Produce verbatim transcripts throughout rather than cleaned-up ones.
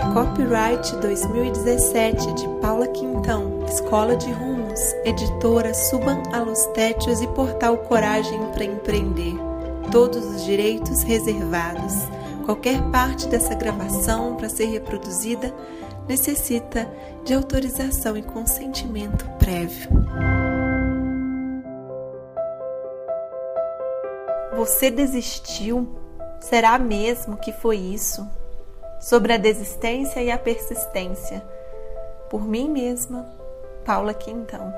Copyright dois mil e dezessete de Paula Quintão, Escola de Rumos, editora Suban Alostétios e portal Coragem para Empreender. Todos os direitos reservados. Qualquer parte dessa gravação para ser reproduzida necessita de autorização e consentimento prévio. Você desistiu? Será mesmo que foi isso? Sobre a desistência e a persistência. Por mim mesma, Paula Quintão.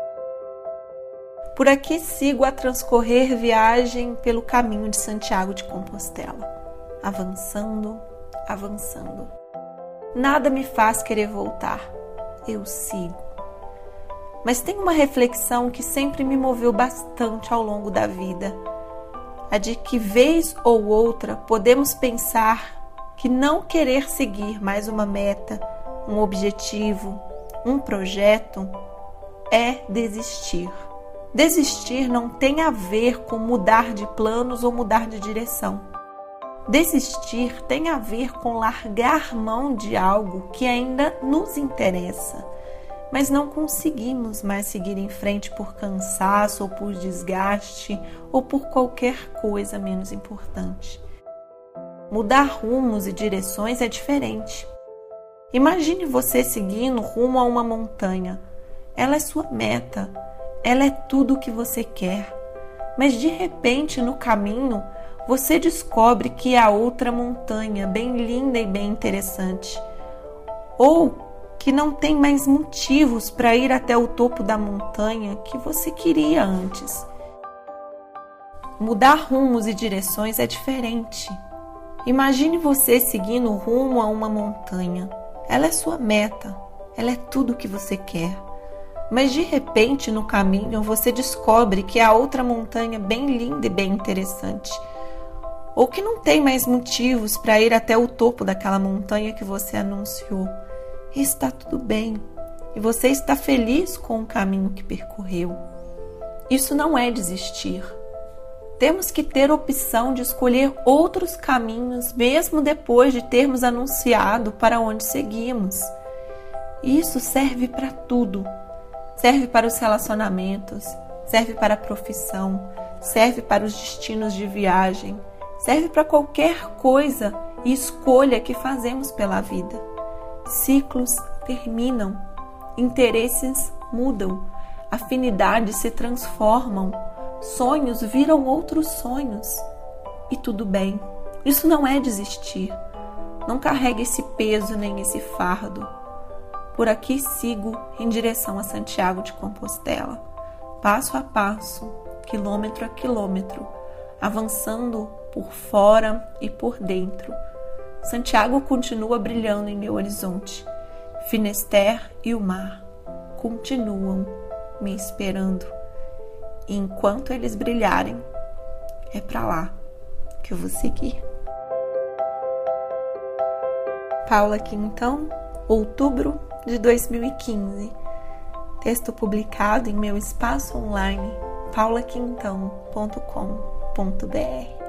Por aqui sigo a transcorrer viagem pelo caminho de Santiago de Compostela. Avançando, avançando. Nada me faz querer voltar. Eu sigo. Mas tem uma reflexão que sempre me moveu bastante ao longo da vida. A de que vez ou outra podemos pensar que não querer seguir mais uma meta, um objetivo, um projeto é desistir. Desistir não tem a ver com mudar de planos ou mudar de direção. Desistir tem a ver com largar mão de algo que ainda nos interessa, mas não conseguimos mais seguir em frente por cansaço ou por desgaste ou por qualquer coisa menos importante. Mudar rumos e direções é diferente. Imagine você seguindo rumo a uma montanha. Ela é sua meta, ela é tudo o que você quer. Mas de repente, no caminho, você descobre que há outra montanha bem linda e bem interessante. Ou que não tem mais motivos para ir até o topo da montanha que você queria antes. Mudar rumos e direções é diferente. Imagine você seguindo rumo a uma montanha. Ela é sua meta, ela é tudo o que você quer. Mas de repente, no caminho, você descobre que há outra montanha bem linda e bem interessante. Ou que não tem mais motivos para ir até o topo daquela montanha que você anunciou. E está tudo bem. E você está feliz com o caminho que percorreu. Isso não é desistir. Temos que ter opção de escolher outros caminhos, mesmo depois de termos anunciado para onde seguimos. Isso serve para tudo. Serve para os relacionamentos, serve para a profissão, serve para os destinos de viagem, serve para qualquer coisa e escolha que fazemos pela vida. Ciclos terminam, interesses mudam, afinidades se transformam, sonhos viram outros sonhos. E tudo bem, isso não é desistir. Não carregue esse peso nem esse fardo. Por aqui sigo em direção a Santiago de Compostela, passo a passo, quilômetro a quilômetro, avançando por fora e por dentro. Santiago continua brilhando em meu horizonte. Finisterre e o mar continuam me esperando. E enquanto eles brilharem, é para lá que eu vou seguir. Paula Quintão, outubro de dois mil e quinze. Texto publicado em meu espaço online paula quintão ponto com ponto br.